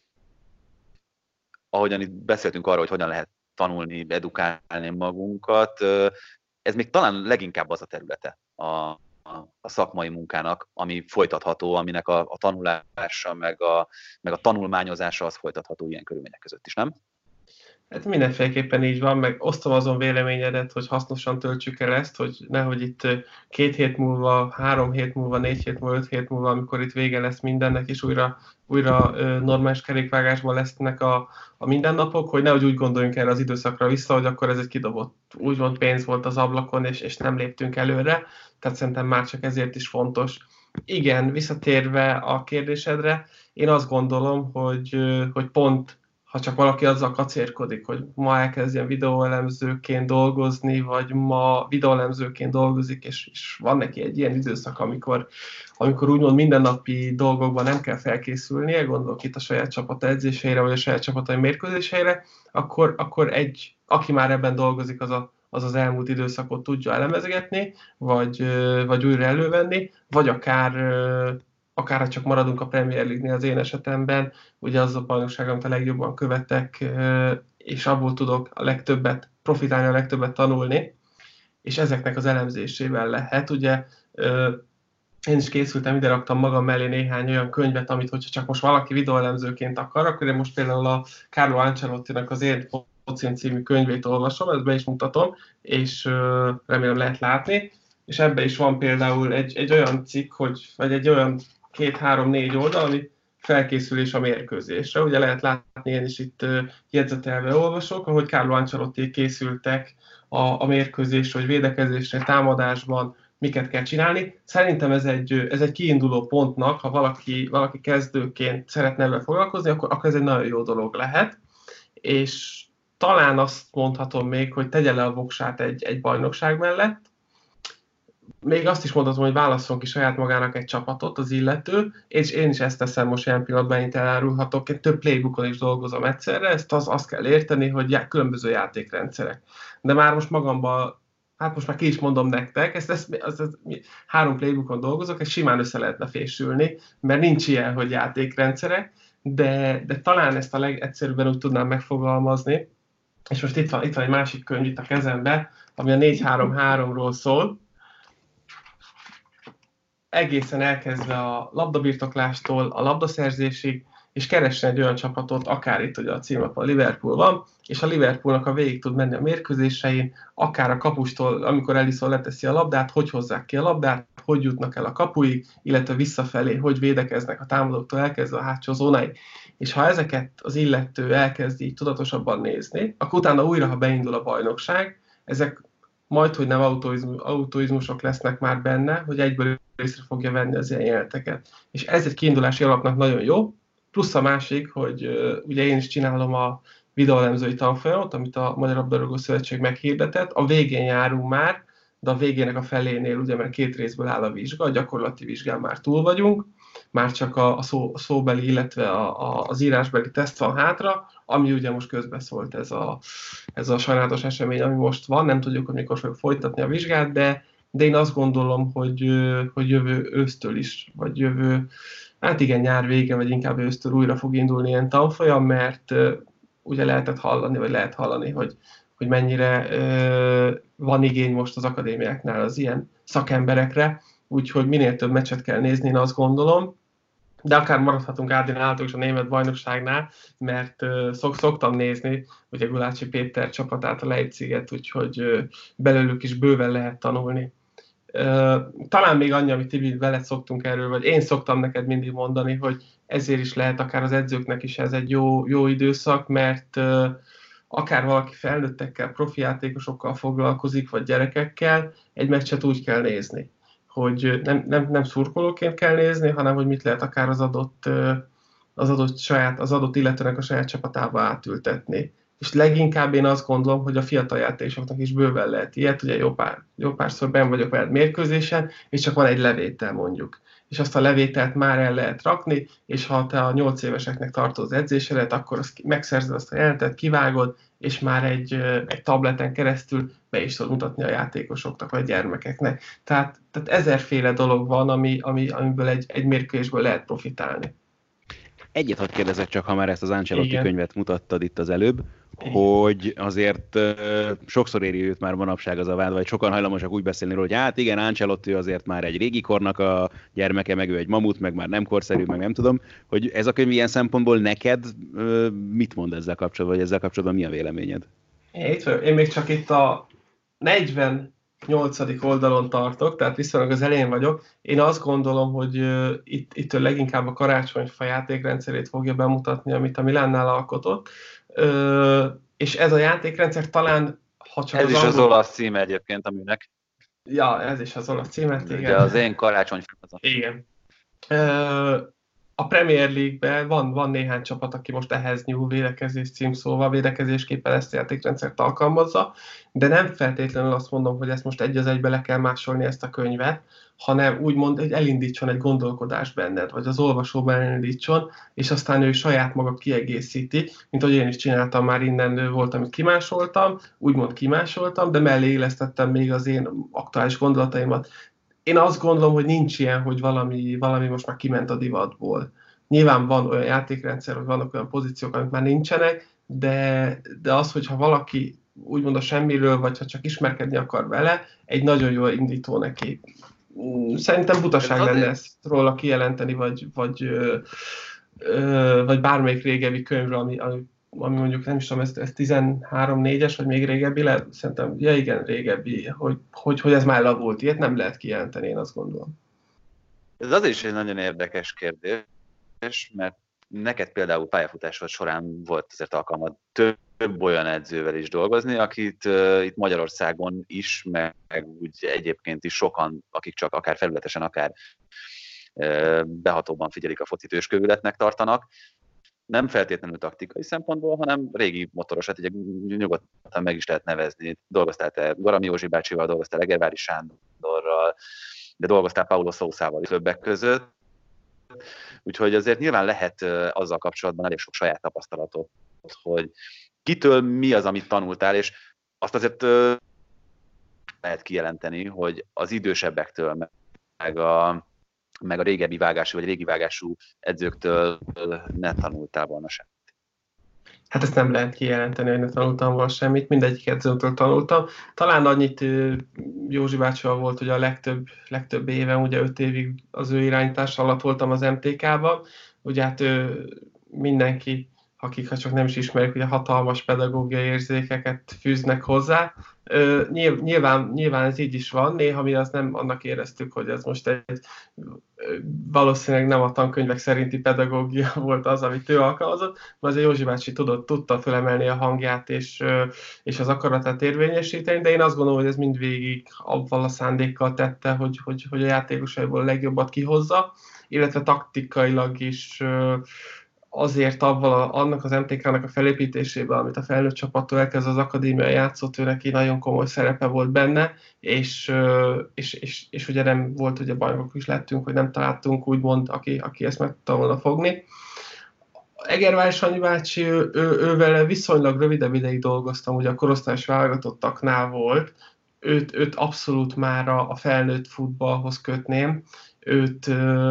ahogyan itt beszéltünk arról, hogy hogyan lehet tanulni, edukálni magunkat, ez még talán leginkább az a területe a, a szakmai munkának, ami folytatható, aminek a, a tanulása, meg a, meg a tanulmányozása az folytatható ilyen körülmények között is, nem? Hát mindenféleképpen így van, meg osztom azon véleményedet, hogy hasznosan töltsük el ezt, hogy nehogy itt két hét múlva, három hét múlva, négy hét múlva, öt hét múlva, amikor itt vége lesz mindennek, és újra, újra normális kerékvágásban lesznek a, a mindennapok, hogy nehogy úgy gondoljunk erre az időszakra vissza, hogy akkor ez egy kidobott, úgymond pénz volt az ablakon, és, és nem léptünk előre, tehát szerintem már csak ezért is fontos. Igen, visszatérve a kérdésedre, én azt gondolom, hogy, hogy pont ha csak valaki azzal kacérkodik, hogy ma elkezdjen videóelemzőként dolgozni, vagy ma videóelemzőként dolgozik, és, és van neki egy ilyen időszak, amikor, amikor úgymond mindennapi dolgokban nem kell felkészülnie, gondolok itt a saját csapata edzéseire, vagy a saját csapatai mérkőzéseire, akkor, akkor egy, aki már ebben dolgozik, az a, az, az elmúlt időszakot tudja elemezgetni, vagy, vagy újra elővenni, vagy akár akár ha csak maradunk a Premier League-nél az én esetemben, ugye az a bajnokság, amit a legjobban követek, és abból tudok a legtöbbet profitálni, a legtöbbet tanulni, és ezeknek az elemzésével lehet. Ugye én is készültem, ide raktam magam mellé néhány olyan könyvet, amit hogyha csak most valaki videóelemzőként akar, akkor én most például a Carlo Ancelottinak az Én Focin című könyvét olvasom, ezt be is mutatom, és remélem lehet látni, és ebben is van például egy, egy olyan cikk, hogy, vagy egy olyan két-három-négy oldal, ami felkészülés a mérkőzésre. Ugye lehet látni, én is itt jegyzetelve olvasok, ahogy Carlo Ancelotti készültek a, a mérkőzésre, hogy védekezésre, támadásban miket kell csinálni. Szerintem ez egy, ez egy kiinduló pontnak, ha valaki, valaki kezdőként szeretne ebben foglalkozni, akkor, akkor ez egy nagyon jó dolog lehet. És talán azt mondhatom még, hogy tegye le a voksát egy, egy bajnokság mellett. Még azt is mondhatom, hogy válasszon ki saját magának egy csapatot az illető, és én is ezt teszem most ilyen pillanatban, én elárulhatok, én több playbookon is dolgozom egyszerre, ezt az, azt kell érteni, hogy já, különböző játékrendszerek. De már most magamban, hát most már ki is mondom nektek, ezt, ezt, ezt, ezt három playbookon dolgozok, ezt simán össze lehetne fésülni, mert nincs ilyen, hogy játékrendszerek, de, de talán ezt a legegyszerűbben úgy tudnám megfogalmazni, és most itt van, itt van egy másik könyv itt a kezemben, ami a négy három háromról szól, egészen elkezdve a labdabirtoklástól a labdaszerzésig, és keressen egy olyan csapatot, akár itt ugye a címlap a Liverpool van, és a Liverpoolnak a végig tud menni a mérkőzésein, akár a kapustól, amikor Alisson leteszi a labdát, hogy hozzák ki a labdát, hogy jutnak el a kapuig, illetve visszafelé, hogy védekeznek a támadóktól elkezdve a hátsó zónáig. És ha ezeket az illető elkezdi így tudatosabban nézni, akkor utána újra, ha beindul a bajnokság, ezek majd, hogy nem autoizmus, autoizmusok lesznek már benne, hogy egyből észre fogja venni az ilyen jeleneteket. És ez egy kiindulási alapnak nagyon jó, plusz a másik, hogy uh, ugye én is csinálom a videóelemzői tanfolyamot, amit a Magyar Labdarúgó Szövetség meghirdetett, a végén járunk már, de a végének a felénél ugye, mert két részből áll a vizsga, a gyakorlati vizsgán már túl vagyunk, már csak a, a, szó, a szóbeli, illetve a, a, az írásbeli teszt van hátra, ami ugye most közbeszólt ez a, ez a sajnálatos esemény, ami most van, nem tudjuk, hogy mikor fogjuk folytatni a vizsgát, de, de én azt gondolom, hogy, hogy jövő ősztől is, vagy jövő, hát igen, nyár vége, vagy inkább ősztől újra fog indulni ilyen tanfolyam, mert ugye lehetett hallani, vagy lehet hallani, hogy, hogy mennyire uh, van igény most az akadémiáknál az ilyen szakemberekre, úgyhogy minél több meccset kell nézni, én azt gondolom, de akár maradhatunk Ádin által is a német bajnokságnál, mert uh, szok, szoktam nézni, ugye Gulácsi Péter csapatát, a Leipziget, úgyhogy uh, belőlük is bőven lehet tanulni. Uh, talán még annyi, amit Tibi veled szoktunk erről, vagy én szoktam neked mindig mondani, hogy ezért is lehet akár az edzőknek is ez egy jó, jó időszak, mert uh, akár valaki felnőttekkel, profi játékosokkal foglalkozik, vagy gyerekekkel, egy meccset úgy kell nézni, hogy nem, nem, nem szurkolóként kell nézni, hanem hogy mit lehet akár az adott, az adott, saját, az adott illetőnek a saját csapatába átültetni. És leginkább én azt gondolom, hogy a fiatal játékosoknak is bőven lehet ilyet, ugye jó, pár, jó párszor benn vagyok veled mérkőzésen, és csak van egy levétel mondjuk. És azt a levételt már el lehet rakni, és ha te a nyolc éveseknek tartod az edzésedet, akkor azt megszerzed azt a jelenetet, kivágod, és már egy, egy tableten keresztül be is tudod mutatni a játékosoknak, vagy a gyermekeknek. Tehát, tehát ezerféle dolog van, ami, ami, amiből egy, egy mérkőzésből lehet profitálni. Egyet hadd kérdezek csak, ha már ezt az Ancelotti könyvet mutattad itt az előbb, hogy azért uh, sokszor éri őt már manapság az a vád, vagy sokan hajlamosak úgy beszélni róla, hogy hát igen, Ancelotti azért már egy régi kornak a gyermeke, meg ő egy mamut, meg már nem korszerű, meg nem tudom, hogy ez a könyv ilyen szempontból neked uh, mit mond ezzel kapcsolatban, vagy ezzel kapcsolatban mi a véleményed? Én, itt vagyok. Én még csak itt a negyvennyolcadik oldalon tartok, tehát viszonylag az elején vagyok. Én azt gondolom, hogy uh, itt, itt leginkább a karácsonyfa játékrendszerét fogja bemutatni, amit a Milánnál alkotott. Uh, és ez a játékrendszer talán, ha csak ez az is angol... az olasz címe egyébként a műnek. Ja, ez is az olasz címe. De az én karácsonyfa. Igen. Uh, a Premier League-ben van, van néhány csapat, aki most ehhez nyúl védekezés címszóval, védekezésképpen ezt a játékrendszert alkalmazza, de nem feltétlenül azt mondom, hogy ezt most egy az egybe le kell másolni ezt a könyvet, hanem úgymond, hogy elindítson egy gondolkodást benned, vagy az olvasóban elindítson, és aztán ő saját maga kiegészíti, mint ahogy én is csináltam, már innen volt, amit kimásoltam, úgymond kimásoltam, de mellé élesztettem még az én aktuális gondolataimat. Én azt gondolom, hogy nincs ilyen, hogy valami, valami most már kiment a divatból. Nyilván van olyan játékrendszer, hogy vannak olyan pozíciók, amik már nincsenek, de, de az, hogyha valaki úgymond a semmiről, vagy ha csak ismerkedni akar vele, egy nagyon jó indító neki. Szerintem butaság lenne ezt róla kijelenteni, vagy, vagy, ö, ö, vagy bármelyik régebbi könyvről, ami, ami, ami mondjuk nem is tudom, ez, ez tizenhárom négyes, vagy még régebbi lehet, szerintem, ja igen, régebbi, hogy, hogy, hogy ez már elavult, ilyet nem lehet kijelenteni, én azt gondolom. Ez azért is egy nagyon érdekes kérdés, mert neked például pályafutásod során volt azért alkalmad több, több olyan edzővel is dolgozni, akit uh, itt Magyarországon is, meg, meg úgy egyébként is sokan, akik csak akár felületesen, akár uh, behatóban figyelik a focit, őskövületnek tartanak. Nem feltétlenül taktikai szempontból, hanem régi motorosat, ugye nyugodtan meg is lehet nevezni. Dolgoztál te Garami Józsi bácsival, dolgoztál Egervári Sándorral, de dolgoztál Paulo Sousával is többek között. Úgyhogy azért nyilván lehet azzal kapcsolatban elég sok saját tapasztalatot, hogy kitől mi az, amit tanultál, és azt azért lehet kijelenteni, hogy az idősebbektől, meg a, meg a régebbi vágású, vagy régi vágású edzőktől ne tanultál volna semmit. Hát ezt nem lehet kijelenteni, hogy ne tanultam volna semmit, mindegyik edzőtől tanultam. Talán annyit Józsi bácsival volt, hogy a legtöbb, legtöbb éven, ugye öt évig az ő irányítás alatt voltam az em té ká-ban, ugye hát mindenki, akik ha csak nem is ismerik, ugye hatalmas pedagógiai érzékeket fűznek hozzá. Nyilván, nyilván ez így is van, néha mi azt nem annak éreztük, hogy ez most egy valószínűleg nem a tankönyvek szerinti pedagógia volt az, amit ő alkalmazott, mert az Józsi bácsi tudott, tudta fölemelni a hangját és, és az akaratát érvényesíteni, de én azt gondolom, hogy ez mindvégig avval a szándékkal tette, hogy, hogy, hogy a játékosaiból a legjobbat kihozza, illetve taktikailag is azért avval a, annak az em té ká-nak a felépítésében, amit a felnőtt csapattól elkezd az akadémia játszott, ő neki nagyon komoly szerepe volt benne, és, és, és, és ugye nem volt, ugye bajnokok is lettünk, hogy nem találtunk úgymond, aki, aki ezt meg tudta volna fogni. Egervári Sanyi bácsi, ő, ő, ővel viszonylag rövidebb ideig dolgoztam, ugye a korosztályos válogatottaknál volt, őt, őt abszolút már a, a felnőtt futballhoz kötném, őt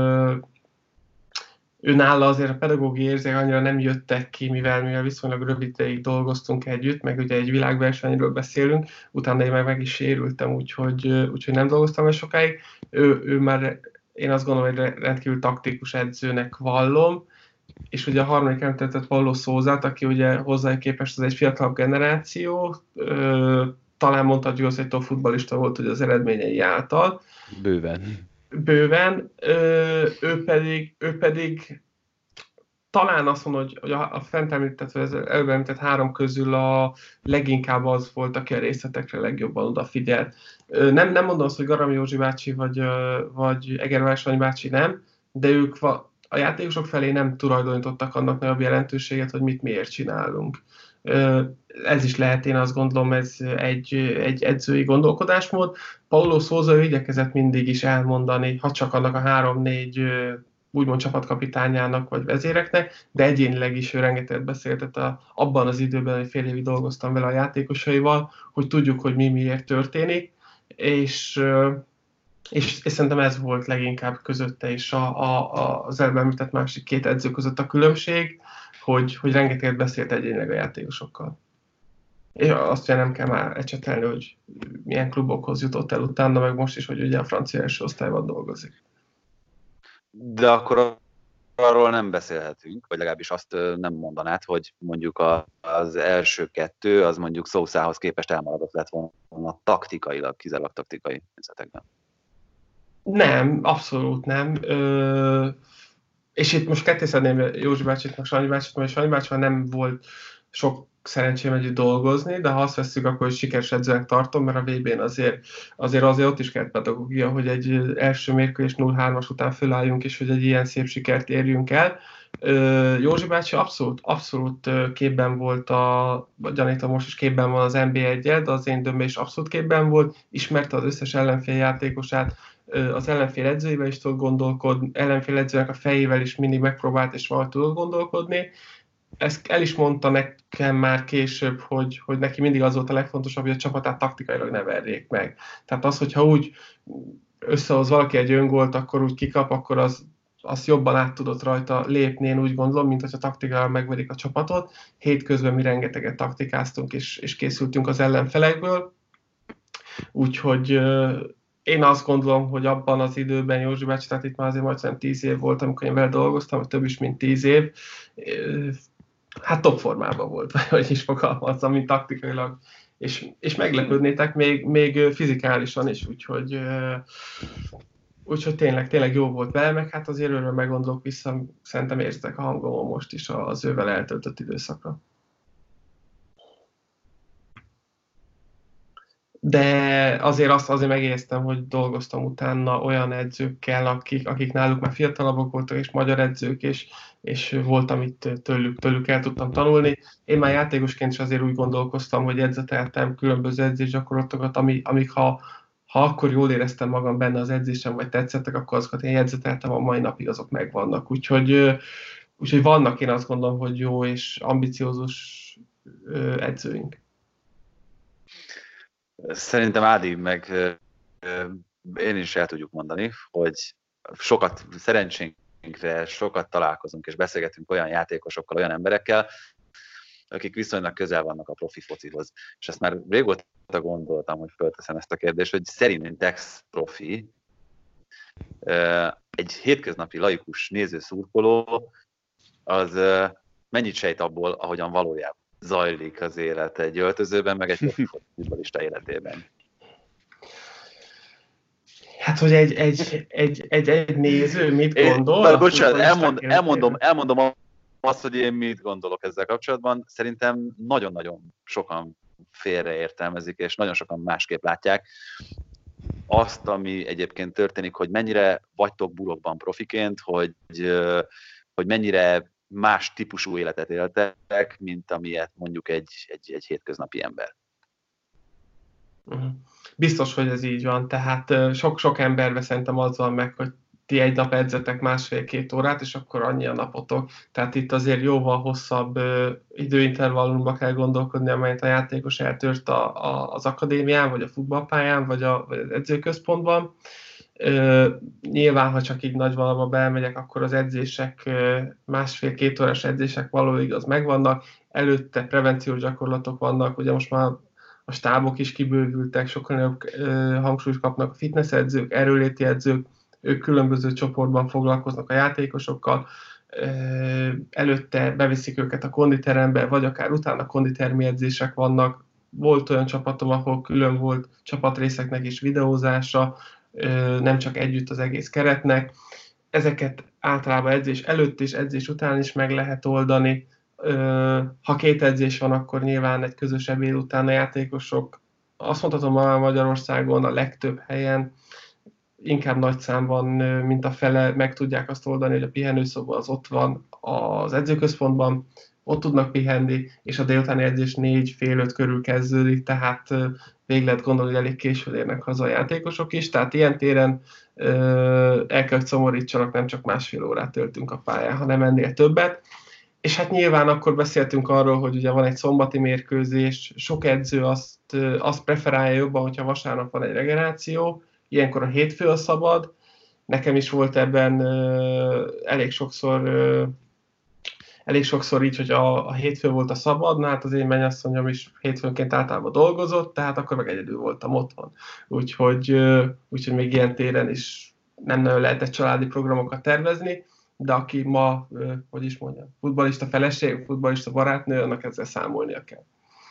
ő nála azért a pedagógiai érzék annyira nem jöttek ki, mivel, mivel viszonylag rövid ideig dolgoztunk együtt, meg ugye egy világversenyről beszélünk, utána én meg, meg is sérültem, úgyhogy, úgyhogy nem dolgoztam el sokáig. Ő, ő már, én azt gondolom, hogy rendkívül taktikus edzőnek vallom, és ugye a harmadik említett Paulo Sousát, aki ugye hozzá képest az egy fiatalabb generáció, ö, talán mondhatjuk azt, hogy top futballista volt ugye az eredményei által. Bőven. Bőven, ö, ő, pedig, ő pedig talán azt mondom, hogy, hogy a, a fent említett, vagy az előbb említett három közül a leginkább az volt, aki a részletekre legjobban odafigyelt. Ö, nem, nem mondom azt, hogy Garami Józsi bácsi, vagy, vagy Egervári Sanyi bácsi nem, de ők va, a játékosok felé nem tulajdonítottak annak nagyobb jelentőséget, hogy mit miért csinálunk. Ö, ez is lehet, én azt gondolom, ez egy, egy edzői gondolkodásmód. Paulo Sousa igyekezett mindig is elmondani, ha csak annak a három-négy úgymond csapatkapitányának vagy vezéreknek, de egyénileg is ő rengeteget beszélt a, abban az időben, hogy fél évig dolgoztam vele a játékosaival, hogy tudjuk, hogy mi miért történik, és, és, és szerintem ez volt leginkább közötte és a, a, az előbb említett másik két edző között a különbség, hogy, hogy rengeteget beszélt egyénileg a játékosokkal. És azt ugye nem kell már ecsetelni, hogy milyen klubokhoz jutott el utána, meg most is, hogy ugye a francia első osztályban dolgozik. De akkor arról nem beszélhetünk, vagy legalábbis azt nem mondanád, hogy mondjuk a, az első kettő, az mondjuk Szószához képest elmaradott lett volna taktikailag, kizárólag taktikai nézetekben. Nem, abszolút nem. Ö, és itt most kettészedném Józsi bácsit, meg Sanyi bácsit, mert Sanyi bácsival nem volt sok szerencsém együtt dolgozni, de ha azt vesszük, akkor is sikeres edzőnek tartom, mert a vé bén azért, azért, azért ott is kellett pedagógia, hogy egy első mérkőzés nulla hármas után fölálljunk, és hogy egy ilyen szép sikert érjünk el. Józsi bácsi abszolút, abszolút képben volt, a, gyanítom most is képben van az en bé egy-el, de az én dömbben is abszolút képben volt, ismerte az összes ellenfél játékosát, az ellenfél edzőivel is tudott gondolkodni, ellenfél edzőnek a fejével is mindig megpróbált, és valahogy tudott gondolkodni. Ezt el is mondta nekem már később, hogy, hogy neki mindig az volt a legfontosabb, hogy a csapatát taktikailag ne verjék meg. Tehát az, hogyha úgy összehoz valaki egy öngolt, akkor úgy kikap, akkor az, az jobban át tudott rajta lépni, én úgy gondolom, mint hogyha taktikailag megverik a csapatot. Hétközben mi rengeteget taktikáztunk, és, és készültünk az ellenfelekből. Úgyhogy én azt gondolom, hogy abban az időben Józsi bácsi, tehát itt már azért majdnem tíz év volt, amikor én vele dolgoztam, vagy több is, mint tíz év, hát top formában volt, vagy hogy is fogalmazzam, mint taktikailag, és, és meglepődnétek még, még fizikálisan is, úgyhogy, úgyhogy tényleg, tényleg jó volt vele, meg hát azért örömmel meggondolok vissza, szerintem érzitek a hangomon most is az ővel eltöltött időszakra. De azért azt azért megéreztem, hogy dolgoztam utána olyan edzőkkel, akik, akik náluk már fiatalabbak voltak, és magyar edzők, és, és volt, amit tőlük, tőlük el tudtam tanulni. Én már játékosként is azért úgy gondolkoztam, hogy edzeteltem különböző edzésgyakorlatokat, ami, amik ha, ha akkor jól éreztem magam benne az edzésem, vagy tetszettek, akkor azokat én edzeteltem, a mai napig azok megvannak. Úgyhogy, úgyhogy vannak, én azt gondolom, hogy jó és ambiciózus edzőink. Szerintem Ádi, meg én is el tudjuk mondani, hogy sokat szerencsénkre, sokat találkozunk és beszélgetünk olyan játékosokkal, olyan emberekkel, akik viszonylag közel vannak a profi focihoz. És ezt már régóta gondoltam, hogy fölteszem ezt a kérdést, hogy szerintem ex-profi, egy hétköznapi laikus néző szurkoló, az mennyit sejt abból, ahogyan valójában zajlik az élet egy öltözőben, meg egy profi futballista életében? Hát, hogy egy, egy, egy, egy, egy néző mit gondol? Én, bocsánat, elmond, elmondom, elmondom azt, hogy én mit gondolok ezzel kapcsolatban. Szerintem nagyon-nagyon sokan félreértelmezik, és nagyon sokan másképp látják azt, ami egyébként történik, hogy mennyire vagytok burokban profiként, hogy, hogy mennyire más típusú életet éltek, mint amilyet mondjuk egy, egy, egy hétköznapi ember. Biztos, hogy ez így van. Tehát sok-sok emberbe szerintem az van meg, hogy ti egy nap edzetek másfél-két órát, és akkor annyi a napotok. Tehát itt azért jóval hosszabb időintervallumba kell gondolkodni, amelyet a játékos eltört a, a, az akadémián, vagy a futballpályán, vagy, a, vagy az edzőközpontban. Uh, nyilván, ha csak így nagy valahol belmegyek, akkor az edzések, uh, másfél-két órás edzések való igaz megvannak, előtte prevenciós gyakorlatok vannak, ugye most már a stábok is kibővültek, sokkal nagyobb uh, hangsúlyt kapnak a fitness edzők, erőléti edzők, ők különböző csoportban foglalkoznak a játékosokkal, uh, előtte beviszik őket a konditerembe, vagy akár utána konditermi edzések vannak, volt olyan csapatom, ahol külön volt csapatrészeknek is videózása, nem csak együtt az egész keretnek. Ezeket általában edzés előtt és edzés után is meg lehet oldani. Ha két edzés van, akkor nyilván egy közös ebéd után a játékosok, azt mondhatom, a Magyarországon a legtöbb helyen, inkább nagy számban, mint a fele, meg tudják azt oldani, hogy a pihenőszoba az ott van az edzőközpontban, ott tudnak pihenni, és a délutáni edzés négy fél öt körül kezdődik, tehát végig lehet gondolni, hogy elég későn érnek haza a játékosok is, tehát ilyen téren el kell, hogy szomorítsanak, nem csak másfél órát töltünk a pályán, hanem ennél többet. És hát nyilván akkor beszéltünk arról, hogy ugye van egy szombati mérkőzés, sok edző azt, azt preferálja jobban, hogyha vasárnap van egy regeneráció, ilyenkor a hétfő a szabad. Nekem is volt ebben elég sokszor elég sokszor így, hogy a, a hétfő volt a szabad, na hát az én mennyasszonyom is hétfőnként általában dolgozott, tehát akkor meg egyedül voltam otthon. Úgyhogy, úgyhogy még ilyen téren is nem nagyon lehetett családi programokat tervezni, de aki ma, hogy is mondjam, futballista feleség, futballista barátnő, annak ezzel számolnia kell.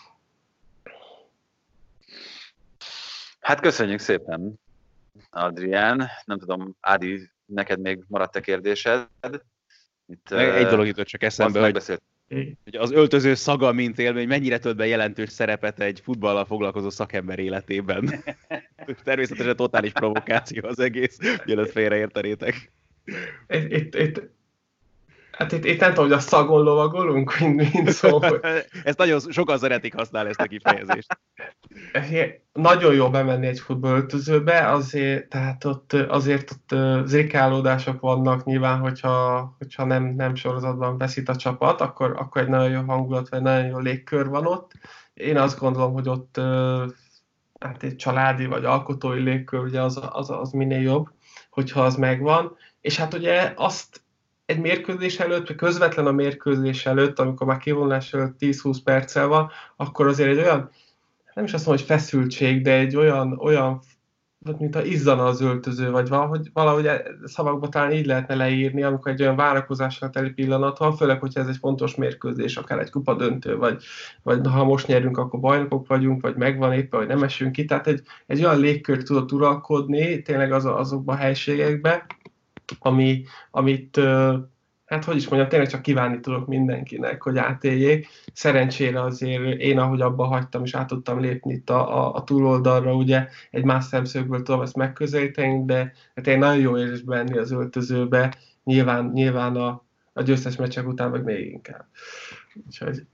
Hát köszönjük szépen, Adrián. Nem tudom, Ádi, neked még maradt-e kérdésed? Itt, egy dolog jutott csak eszembe, hogy, hogy az öltöző szaga, mint élmény, mennyire tölt be jelentős szerepet egy futballal foglalkozó szakember életében. Természetesen totális provokáció az egész, mielőtt félreértenétek. Itt, itt, itt, hát itt, itt nem tudom, hogy a szagon lovagolunk, mint, mint szó. Ezt nagyon sokan szeretik használni, ezt a kifejezést. Nagyon jó bemenni egy futballöltözőbe, azért, tehát ott, azért ott zrikálódások vannak nyilván, hogyha, hogyha nem, nem sorozatban veszít a csapat, akkor, akkor egy nagyon jó hangulat, vagy nagyon jó légkör van ott. Én azt gondolom, hogy ott hát egy családi vagy alkotói légkör, ugye az, az, az minél jobb, hogyha az megvan. És hát ugye azt egy mérkőzés előtt, vagy közvetlen a mérkőzés előtt, amikor már kivonulás előtt tíz-húsz perccel van, akkor azért egy olyan, nem is azt mondom, hogy feszültség, de egy olyan, olyan mint ha izzana az öltöző, vagy valahogy, valahogy szavakba talán így lehetne leírni, amikor egy olyan várakozással teli pillanat van, főleg, hogyha ez egy fontos mérkőzés, akár egy kupadöntő, vagy, vagy ha most nyerünk, akkor bajnokok vagyunk, vagy megvan éppen, vagy nem esünk ki. Tehát egy, egy olyan légkör tudott uralkodni, tényleg az, azokban a helységekbe, ami, amit, hát hogy is mondjam, tényleg csak kívánni tudok mindenkinek, hogy átéljék. Szerencsére azért én, ahogy abba hagytam, és át tudtam lépni itt a, a, a túloldalra, ugye egy más szemszögből tudom ezt megközelíteni, de hát én nagyon jó érzés benni az öltözőbe, nyilván, nyilván a, a győztes meccsek után meg még inkább. Úgyhogy...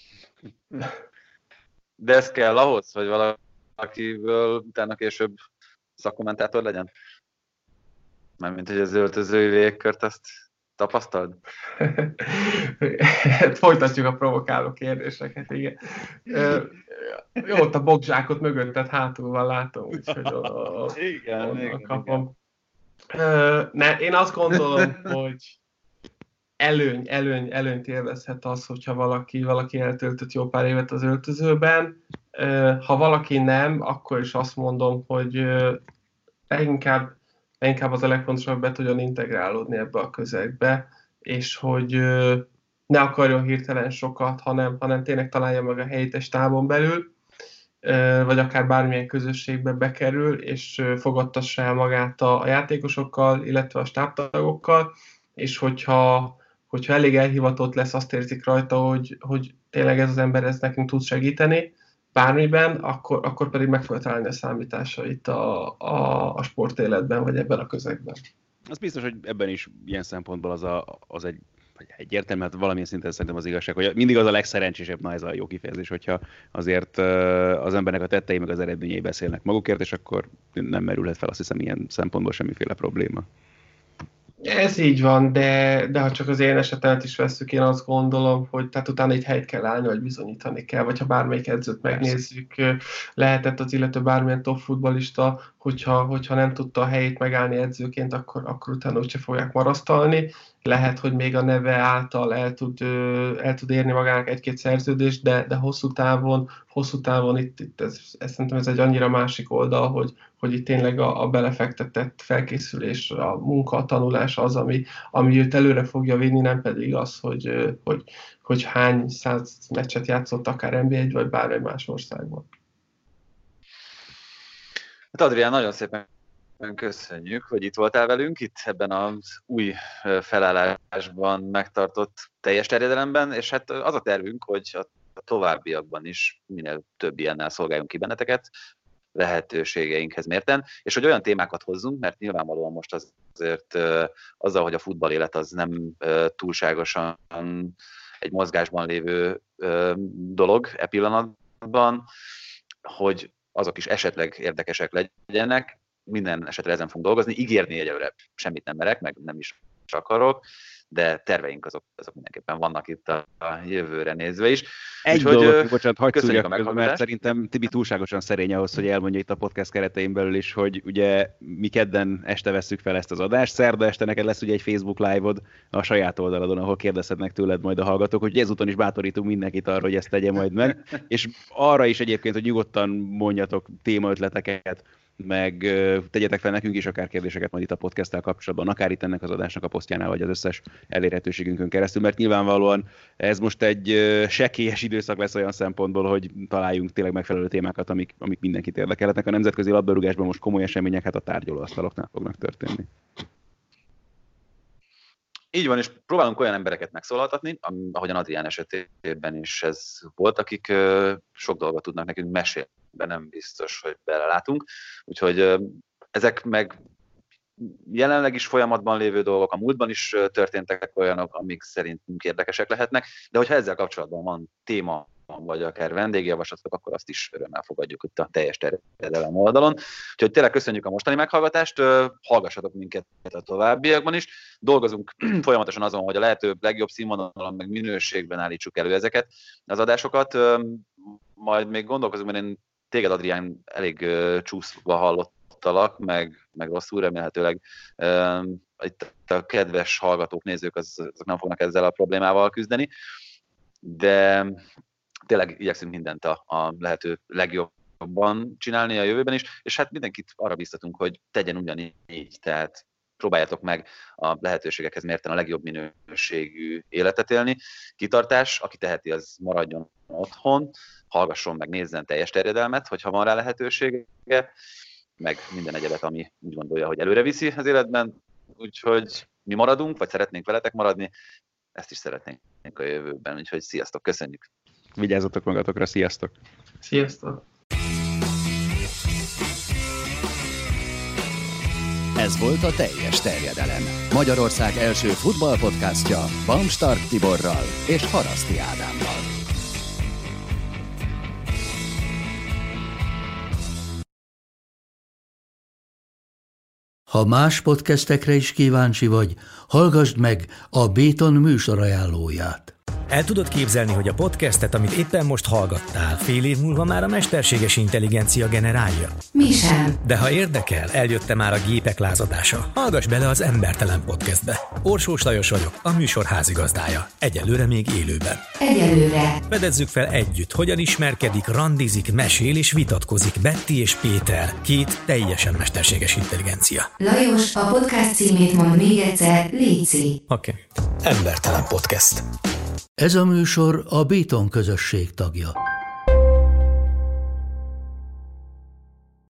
De ez kell ahhoz, hogy valakiből utána később szakkommentátor legyen? Mármint, hogy az öltözői légkört azt tapasztald? Folytatjuk a provokáló kérdéseket, igen. Jó, ott a bokzsákot mögötted hátul van, látom, úgyhogy a, a, igen, a, igen, kapom. Igen. Ne, én azt gondolom, hogy előny, előny, előnyt élvezhet az, hogyha valaki, valaki eltöltött jó pár évet az öltözőben. Ha valaki nem, akkor is azt mondom, hogy inkább inkább az a legfontosabb, be tudjon integrálódni ebbe a közegbe, és hogy ne akarjon hirtelen sokat, hanem, hanem tényleg találja meg a helyét egy stábon belül, vagy akár bármilyen közösségbe bekerül, és fogadtassa el magát a játékosokkal, illetve a stábtagokkal, és hogyha, hogyha elég elhivatott lesz, azt érzik rajta, hogy, hogy tényleg ez az ember ez nekünk tud segíteni, bármiben, akkor, akkor pedig meg fogja találni a számításait a, a, a sportéletben, vagy ebben a közegben. Az biztos, hogy ebben is ilyen szempontból az, a, az egy, egyértelmű, hát valamilyen szinten szerintem az igazság, hogy mindig az a legszerencsésebb, na ez a jó kifejezés, hogyha azért az embernek a tettei meg az eredményei beszélnek magukért, és akkor nem merülhet fel, azt hiszem, ilyen szempontból semmiféle probléma. Ez így van, de, de ha csak az én esetemet is vesszük, én azt gondolom, hogy tehát utána egy helyt kell állni, vagy bizonyítani kell, vagy ha bármelyik edzőt megnézzük, lehetett az illető bármilyen top futballista, hogyha, hogyha nem tudta a helyét megállni edzőként, akkor, akkor utána úgyse fogják marasztalni. Lehet, hogy még a neve által el tud, el tud érni magának egy-két szerződést, de, de hosszú távon, hosszú távon itt, itt ez, ez szerintem ez egy annyira másik oldal, hogy, hogy itt tényleg a, a belefektetett felkészülés, a munka, a tanulás az, ami, ami őt előre fogja vinni, nem pedig az, hogy, hogy, hogy hány száz meccset játszott akár en bé egy vagy bármely más országban. Hát Adrián, nagyon szépen köszönjük, hogy itt voltál velünk, itt ebben az új felállásban megtartott teljes terjedelemben, és hát az a tervünk, hogy a továbbiakban is minél több ilyennel szolgáljunk ki benneteket, lehetőségeinkhez mérten, és hogy olyan témákat hozzunk, mert nyilvánvalóan most azért azzal, hogy a futball élet az nem túlságosan egy mozgásban lévő dolog e pillanatban, hogy azok is esetleg érdekesek legyenek, minden esetre ezen fogunk dolgozni, ígérni egyelőre semmit nem merek, meg nem is akarok, de terveink azok, azok mindenképpen vannak itt a, a jövőre nézve is. Egy Úgyhogy, dolgot, bocsánat, hagyd szúrjak közben, mert szerintem Tibi túlságosan szerény ahhoz, hogy elmondja itt a podcast keretein belül is, hogy ugye mi kedden este vesszük fel ezt az adást, szerda este neked lesz ugye egy Facebook live-od a saját oldaladon, ahol kérdezhetnek tőled majd a hallgatók, hogy ezúton is bátorítunk mindenkit arra, hogy ezt tegye majd meg, és arra is egyébként, hogy nyugodtan mondjatok témaötleteket, meg tegyetek fel nekünk is akár kérdéseket majd itt a podcasttel kapcsolatban, akár itt ennek az adásnak a posztjánál, vagy az összes elérhetőségünkön keresztül, mert nyilvánvalóan ez most egy sekélyes időszak lesz olyan szempontból, hogy találjunk tényleg megfelelő témákat, amik, amik mindenkit érdekelhetnek. A nemzetközi labdarúgásban most komoly események, hát a tárgyalóasztaloknál fognak történni. Így van, és próbálunk olyan embereket megszólaltatni, ahogyan Adrián esetében is ez volt, akik sok dolgot tudnak nekünk mesélni, de nem biztos, hogy belelátunk. Úgyhogy ezek meg jelenleg is folyamatban lévő dolgok, a múltban is történtek olyanok, amik szerintünk érdekesek lehetnek, de hogyha ezzel kapcsolatban van téma, vagy akár vendégjavaslatok, akkor azt is örömmel fogadjuk itt a teljes terjedelem oldalon. Úgyhogy tényleg köszönjük a mostani meghallgatást, hallgassatok minket a továbbiakban is. Dolgozunk folyamatosan azon, hogy a lehető legjobb színvonalon, meg minőségben állítsuk elő ezeket az adásokat. Majd még gondolkozunk, mert én téged, Adrián, elég csúszva hallottalak, meg, meg rosszul, remélhetőleg itt a kedves hallgatók, nézők, azok nem fognak ezzel a problémával küzdeni, de tényleg igyekszünk mindent a, a lehető legjobban csinálni a jövőben is, és hát mindenkit arra biztatunk, hogy tegyen ugyanígy, tehát próbáljátok meg a lehetőségekhez mérten a legjobb minőségű életet élni. Kitartás, aki teheti, az maradjon otthon, hallgasson meg, nézzen teljes terjedelmet, hogyha van rá lehetősége, meg minden egyebet, ami úgy gondolja, hogy előre viszi az életben. Úgyhogy mi maradunk, vagy szeretnénk veletek maradni, ezt is szeretnénk a jövőben. Úgyhogy sziasztok, köszönjük! Vigyázzatok magatokra, sziasztok! Sziasztok! Ez volt a Teljes Terjedelem, Magyarország első futballpodcastja Bamstark Tiborral és Haraszti Ádámmal. Ha más podcastekre is kíváncsi vagy, hallgassd meg a Béton műsor ajánlóját. El tudod képzelni, hogy a podcastet, amit éppen most hallgattál, fél év múlva már a mesterséges intelligencia generálja? Mi sem. De ha érdekel, eljött már a gépek lázadása. Hallgass bele az Embertelen podcastbe. Orsós Lajos vagyok, a műsor házigazdája. Egyelőre még élőben. Egyelőre. Fedezzük fel együtt, hogyan ismerkedik, randizik, mesél és vitatkozik Betty és Péter, két teljesen mesterséges intelligencia. Lajos, a podcast címét mond még egyszer, léci. Oké. Okay. Embertelen podcast. Ez a műsor a Béton közösség tagja.